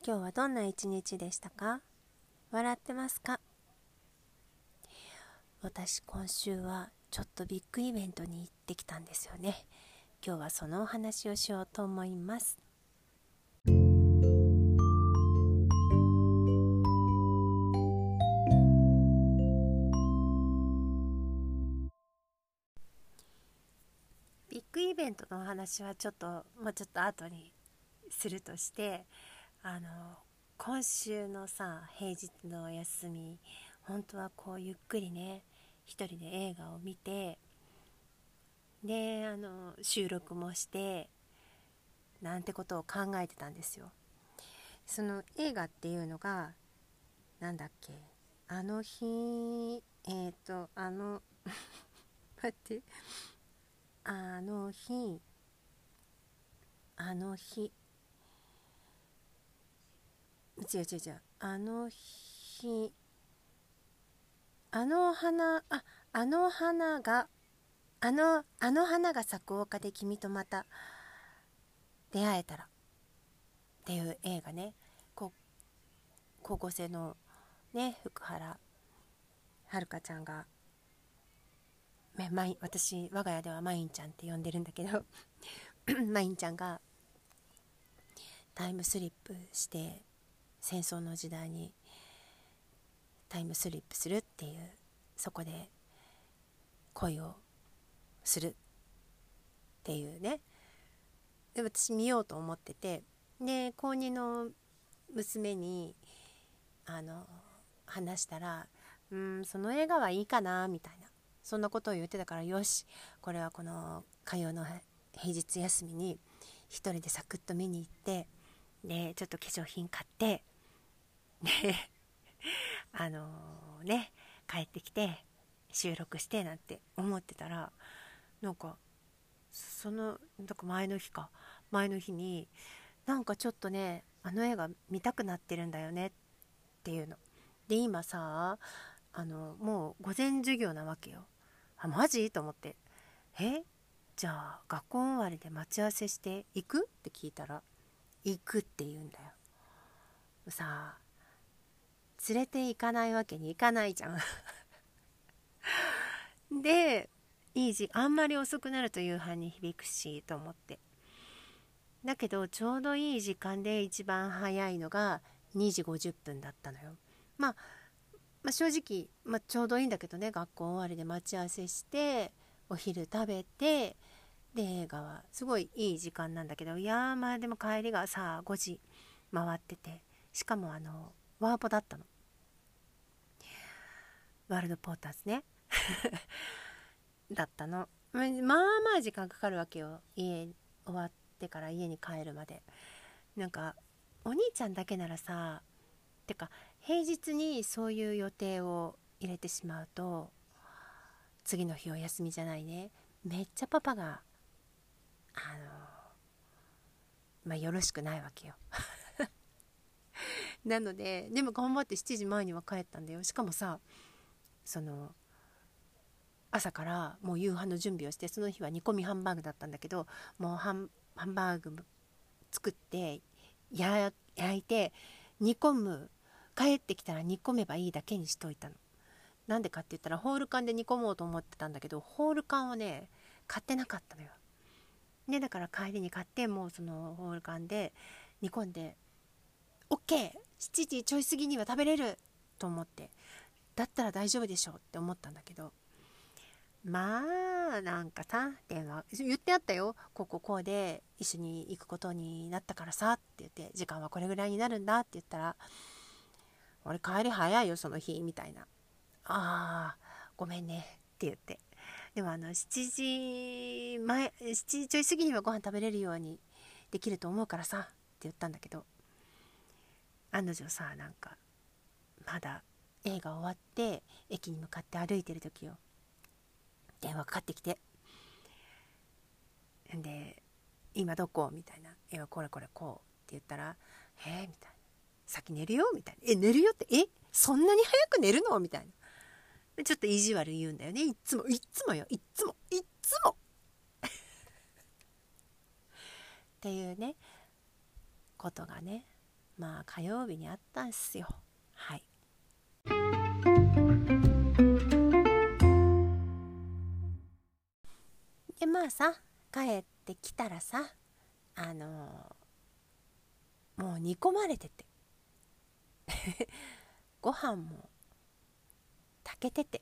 今日はどんな一日でしたか？笑ってますか？私今週はちょっとビッグイベントに行ってきたんですよね。今日はそのお話をしようと思います。ビッグイベントのお話はもうちょっと後にするとして、今週の平日のお休み、本当はこうゆっくりね、一人で映画を見て、で収録もしてなんてことを考えてたんですよ。その映画っていうのがなんだっけ、あの日待って、あの日違う違う違う、あの花ああの花があの花が咲く丘で君とまた出会えたらっていう映画ね。高校生のね、福原遥ちゃんが、私我が家ではマインちゃんって呼んでるんだけどマインちゃんがタイムスリップして戦争の時代にタイムスリップするっていう、そこで恋をするっていうね。で私見ようと思ってて、で高2の娘に話したら、その映画はいいかなみたいな、そんなことを言ってたから、よし、これはこの火曜の平日休みに一人でサクッと見に行って、でちょっと化粧品買って、で帰ってきて収録してなんて思ってたら、なんか前の日になんかちょっとね、あの映画見たくなってるんだよねっていうので、今もう午前授業なわけよ。マジと思って、じゃあ学校終わりで待ち合わせして行くって聞いたら、行くって言うんだよ。連れて行かないわけにいかないじゃんであんまり遅くなると夕飯に響くしと思って、だけどちょうどいい時間で一番早いのが2時50分だったのよ。まあ正直、ちょうどいいんだけどね、学校終わりで待ち合わせしてお昼食べて、で映画はすごいいい時間なんだけど、いやでも帰りが5時回ってて、しかもワーポだったの、ワールドポーターズねだったの。まあ時間かかるわけよ、終わってから家に帰るまで。なんかお兄ちゃんだけならてか平日にそういう予定を入れてしまうと、次の日お休みじゃないね、めっちゃパパがよろしくないわけよなので、でも頑張って7時前には帰ったんだよ。しかも朝からもう夕飯の準備をして、その日は煮込みハンバーグだったんだけど、もうハンバーグ作って焼いて煮込む、帰ってきたら煮込めばいいだけにしといたの。なんでかって言ったら、ホール缶で煮込もうと思ってたんだけど、ホール缶をね買ってなかったのよ。でだから帰りに買って、もうそのホール缶で煮込んで OK、 7時ちょい過ぎには食べれると思って、だったら大丈夫でしょって思ったんだけど、なんか電話言ってあったよ、こうで一緒に行くことになったからって言って、時間はこれぐらいになるんだって言ったら、俺帰り早いよその日みたいな、ごめんねって言って、でも7時ちょい過ぎにはご飯食べれるようにできると思うからって言ったんだけど、案の定なんかまだ映画終わって駅に向かって歩いてる時よ、電話かかってきて、で今どこみたいな、今これこうって言ったら、みたいな、先寝るよみたいな、寝るよってそんなに早く寝るのみたいな、ちょっと意地悪言うんだよね、いっつもよ、いっつもっていうねことがねまあ火曜日にあったんすよ。はい。でまあさ、帰ってきたらさ、もう煮込まれててご飯も炊けてて、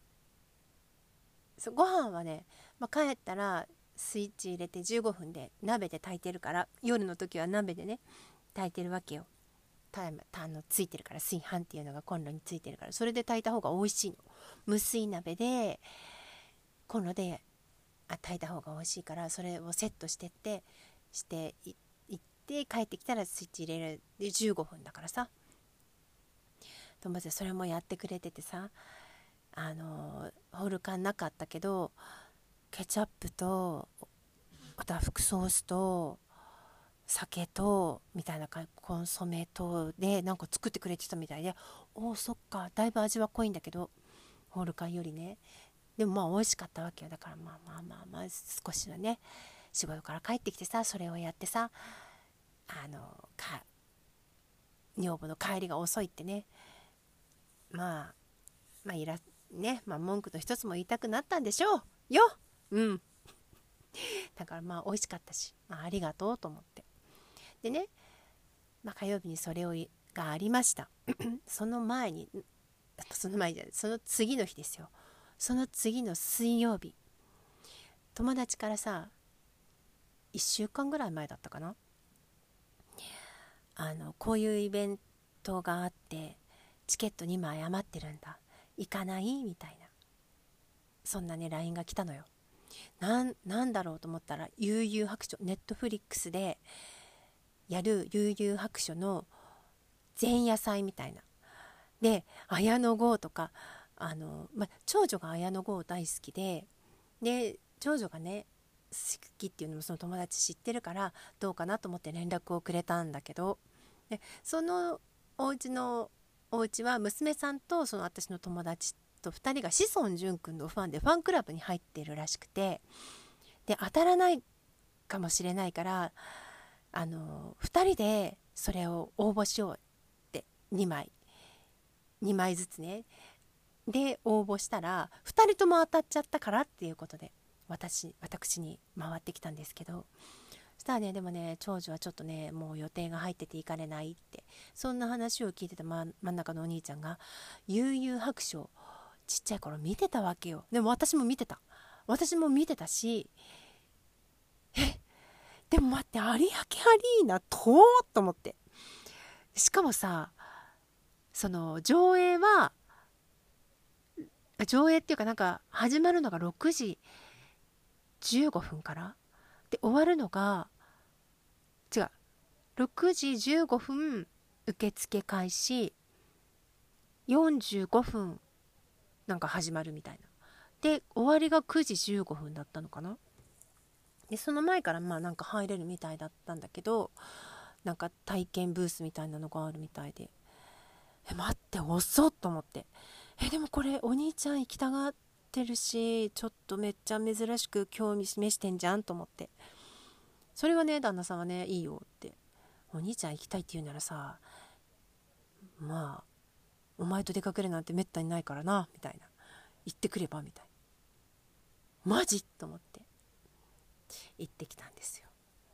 ご飯はね、帰ったらスイッチ入れて15分で鍋で炊いてるから、夜の時は鍋でね炊いてるわけよ。ついてるから、炊飯っていうのがコンロについてるから、それで炊いた方が美味しいの。無水鍋でコンロで炊いた方が美味しいから、それをセットして行って帰ってきたらスイッチ入れるで15分だからさ、友達それもやってくれててさ、ホール缶なかったけどケチャップとオタフクソースと酒とみたいなコンソメとでなんか作ってくれてたみたいで、おおそっか、だいぶ味は濃いんだけどホール缶よりね、でも美味しかったわけよ。だからまあ少しはね、仕事から帰ってきてさ、それをやってさ、女房の帰りが遅いってね、まあ文句の一つも言いたくなったんでしょうよ。だから美味しかったし、ありがとうと思って。でね、火曜日にそれがありましたその次の日ですよ。その次の水曜日、友達からさ、1週間ぐらい前だったかな、こういうイベントがあってチケット2枚余ってるんだ、行かないみたいな、そんなね LINE が来たのよ。なんだろうと思ったら、悠々白書、ネットフリックスでやる悠々白書の前夜祭みたいなで、綾野剛とか長女が綾野剛大好きで、長女がね好きっていうのもその友達知ってるからどうかなと思って連絡をくれたんだけど、でそのお家は娘さんとその私の友達と2人が志尊淳君のファンでファンクラブに入ってるらしくて、で当たらないかもしれないから2人でそれを応募しようって2枚ずつねで応募したら2人とも当たっちゃったからっていうことで私に回ってきたんですけど、そしたらね、でもね長女はちょっとねもう予定が入ってて行かれないって、そんな話を聞いてた真ん中のお兄ちゃんが悠々白書ちっちゃい頃見てたわけよ。でも私も見てたし、でも待って、有明アリーナ遠っと思って、しかもさ、その上映っていうかなんか始まるのが6時15分からで終わるのが6時15分受付開始、45分なんか始まるみたいなで、終わりが9時15分だったのかな。でその前からなんか入れるみたいだったんだけど、なんか体験ブースみたいなのがあるみたいで、待って遅っと思って、でもこれお兄ちゃん行きたがってるし、ちょっとめっちゃ珍しく興味示してんじゃんと思って、それはね旦那さんはねいいよって、お兄ちゃん行きたいって言うならさ、お前と出かけるなんてめったにないからなみたいな、行ってくればみたいな、マジと思って行ってきたんですよ。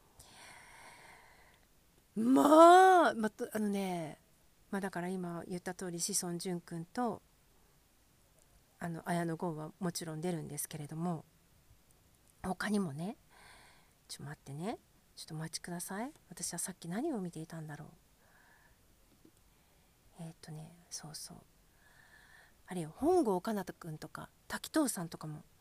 だから今言った通り志尊淳君と綾野剛はもちろん出るんですけれども、他にもね、ちょっと待ってね、ちょっとお待ちください。私はさっき何を見ていたんだろう。そうあれよ、本郷奏多君とか滝藤さんとかも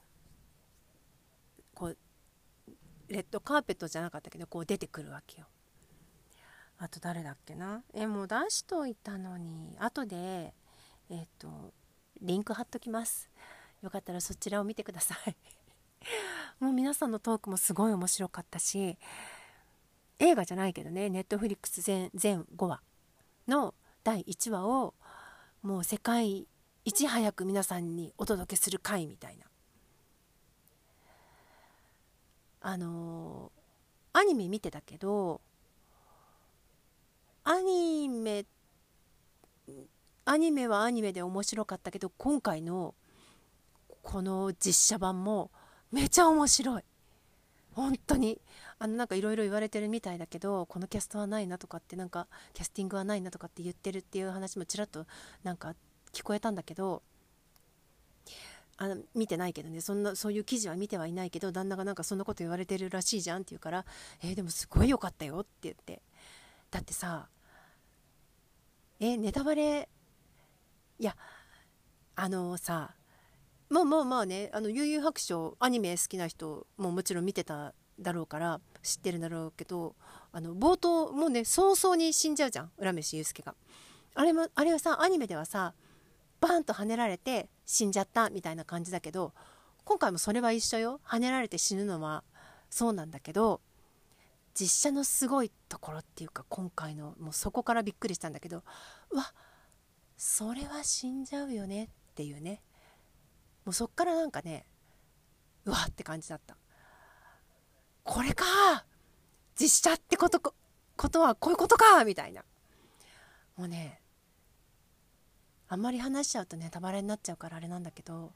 こうレッドカーペットじゃなかったけどこう出てくるわけよ。あと誰だっけな、もう出しといたのに、後でリンク貼っときます。よかったらそちらを見てくださいもう皆さんのトークもすごい面白かったし、映画じゃないけどね、ネットフリックス全5話の第1話をもう世界一早く皆さんにお届けする回みたいな、アニメ見てたけど、アアニメはアニメで面白かったけど、今回のこの実写版もめちゃ面白い。本当になんかいろいろ言われてるみたいだけど、このキャストはないなとかって、なんかキャスティングはないなとかって言ってるっていう話もちらっとなんか聞こえたんだけど、見てないけどね、そういう記事は見てはいないけど、旦那がなんかそんなこと言われてるらしいじゃんって言うから、でもすごい良かったよって言って。だってさ、ネタバレ、いやさ、まあね、悠々白書アニメ好きな人ももちろん見てただろうから知ってるんだろうけど、冒頭もうね、早々に死んじゃうじゃん、浦飯祐介が。あれはさ、アニメではさ、バーンと跳ねられて死んじゃったみたいな感じだけど、今回もそれは一緒よ。跳ねられて死ぬのはそうなんだけど、実写のすごいところっていうか、今回のもうそこからびっくりしたんだけど、うわ、それは死んじゃうよねっていうね。もうそっからなんかね、うわって感じだった。これか、実写ってことはこういうことかみたいな。もうね、あんまり話しちゃうとネタバレになっちゃうからあれなんだけど、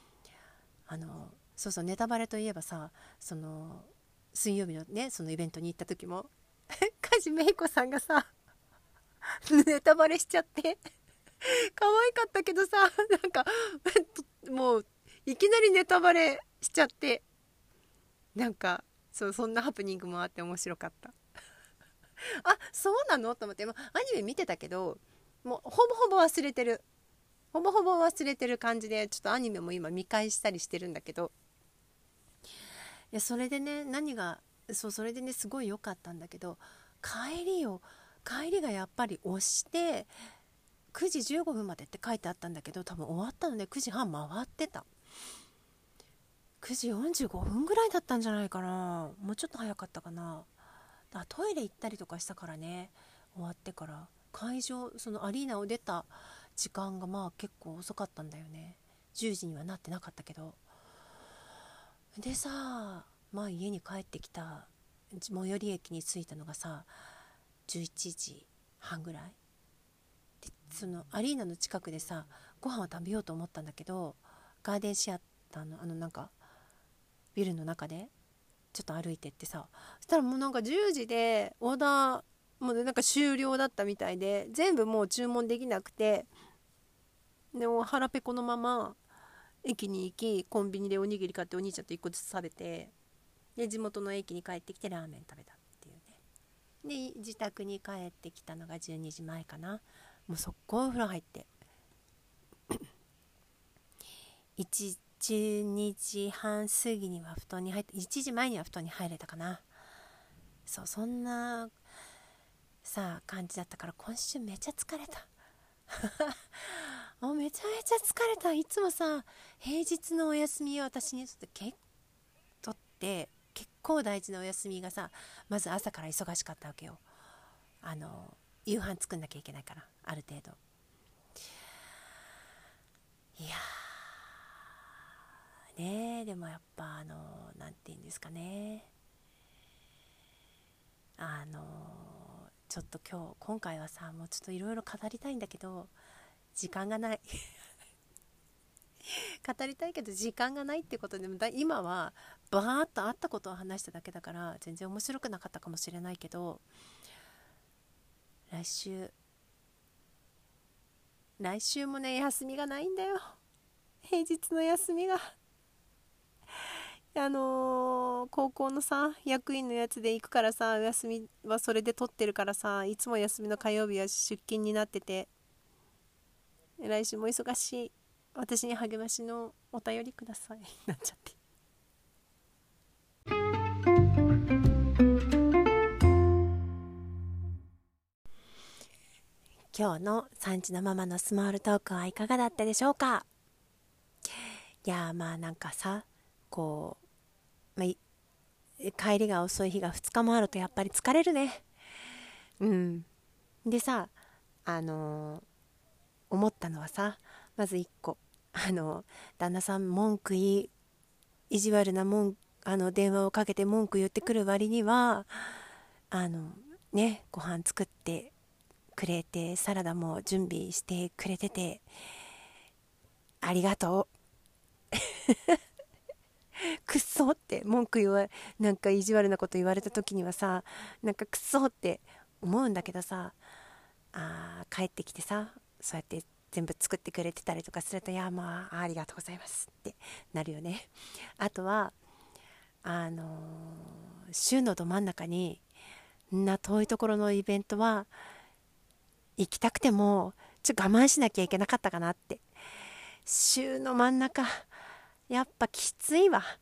そうそう、ネタバレといえばさ、水曜日のね、そのイベントに行った時も梶芽衣子さんがさネタバレしちゃって可愛かったけどさ、なんかもういきなりネタバレしちゃって、なんかそんなハプニングもあって面白かったあ、そうなのと思って、アニメ見てたけど、もうほぼほぼ忘れてる、感じで、ちょっとアニメも今見返したりしてるんだけど、いや、それでね、それでね、すごい良かったんだけど、帰りがやっぱり押して9時15分までって書いてあったんだけど、多分終わったので9時半回ってた。9時45分ぐらいだったんじゃないかな、もうちょっと早かったかな。トイレ行ったりとかしたからね、終わってから会場、そのアリーナを出た時間がまあ結構遅かったんだよね。10時にはなってなかったけど。でさ、まあ家に帰ってきた、最寄り駅に着いたのがさ11時半ぐらいで、そのアリーナの近くでさご飯を食べようと思ったんだけど、ガーデンシアターのなんかビルの中でちょっと歩いてってさ、そしたらもうなんか10時でオーダーもうなんか終了だったみたいで、全部もう注文できなくて、でも腹ペコのまま駅に行き、コンビニでおにぎり買ってお兄ちゃんと1個ずつ食べて、で地元の駅に帰ってきてラーメン食べたっていうね。で自宅に帰ってきたのが12時前かな。もう速攻お風呂入って12時半過ぎには布団に入って、1時前には布団に入れたかな。そんなさ感じだったから、今週めちゃ疲れたもうめちゃめちゃ疲れた。いつもさ平日のお休みを私にとって結構大事なお休みがさ、まず朝から忙しかったわけよ。夕飯作んなきゃいけないから、ある程度。いやね、でもやっぱなんて言うんですかね、ちょっと今回はさ、もうちょっといろいろ語りたいんだけど時間がない語りたいけど時間がないってことでも、今はバーッとあったことを話しただけだから全然面白くなかったかもしれないけど、来週もね休みがないんだよ、平日の休みが。高校のさ役員のやつで行くからさ、お休みはそれで取ってるからさ、いつも休みの火曜日は出勤になってて、来週も忙しい。私に励ましのお便りくださいなっちゃって。今日の3時のママのスモールトークはいかがだったでしょうか。いやまあなんかさ、帰りが遅い日が2日もあるとやっぱり疲れるね。でさ、思ったのはさ、まず1個、旦那さん意地悪な電話をかけて文句言ってくる割にはご飯作ってくくれて、サラダも準備してくれててありがとうくっそって文句言わなんか意地悪なこと言われた時にはさ、なんかくっそって思うんだけどさ、帰ってきてさ、そうやって全部作ってくれてたりとかすると、いやまあありがとうございますってなるよね。あとは週のど真ん中にんな遠いところのイベントは行きたくても我慢しなきゃいけなかったかなって。週の真ん中やっぱきついわ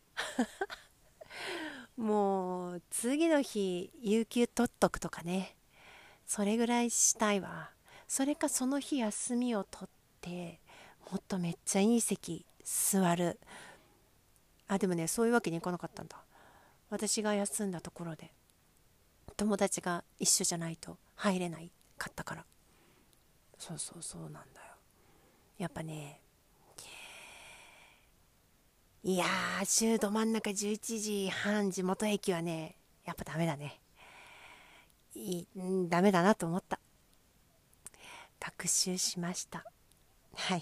もう次の日有給取っとくとかね、それぐらいしたいわ。それかその日休みを取ってもっとめっちゃいい席座る。でもね、そういうわけにいかなかったんだ。私が休んだところで友達が一緒じゃないと入れないかったから。そうなんだよ。やっぱね、いやー、週ど真ん中11時半地元駅はね、やっぱダメだね。ダメだなと思った。学習しました。はい。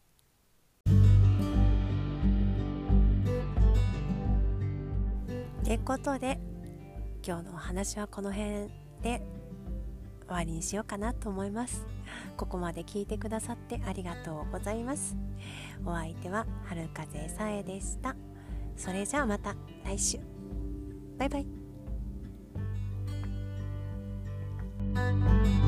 ってことで今日のお話はこの辺で終わりにしようかなと思います。ここまで聞いてくださってありがとうございます。お相手は春風さえでした。それじゃあまた来週。バイバイ。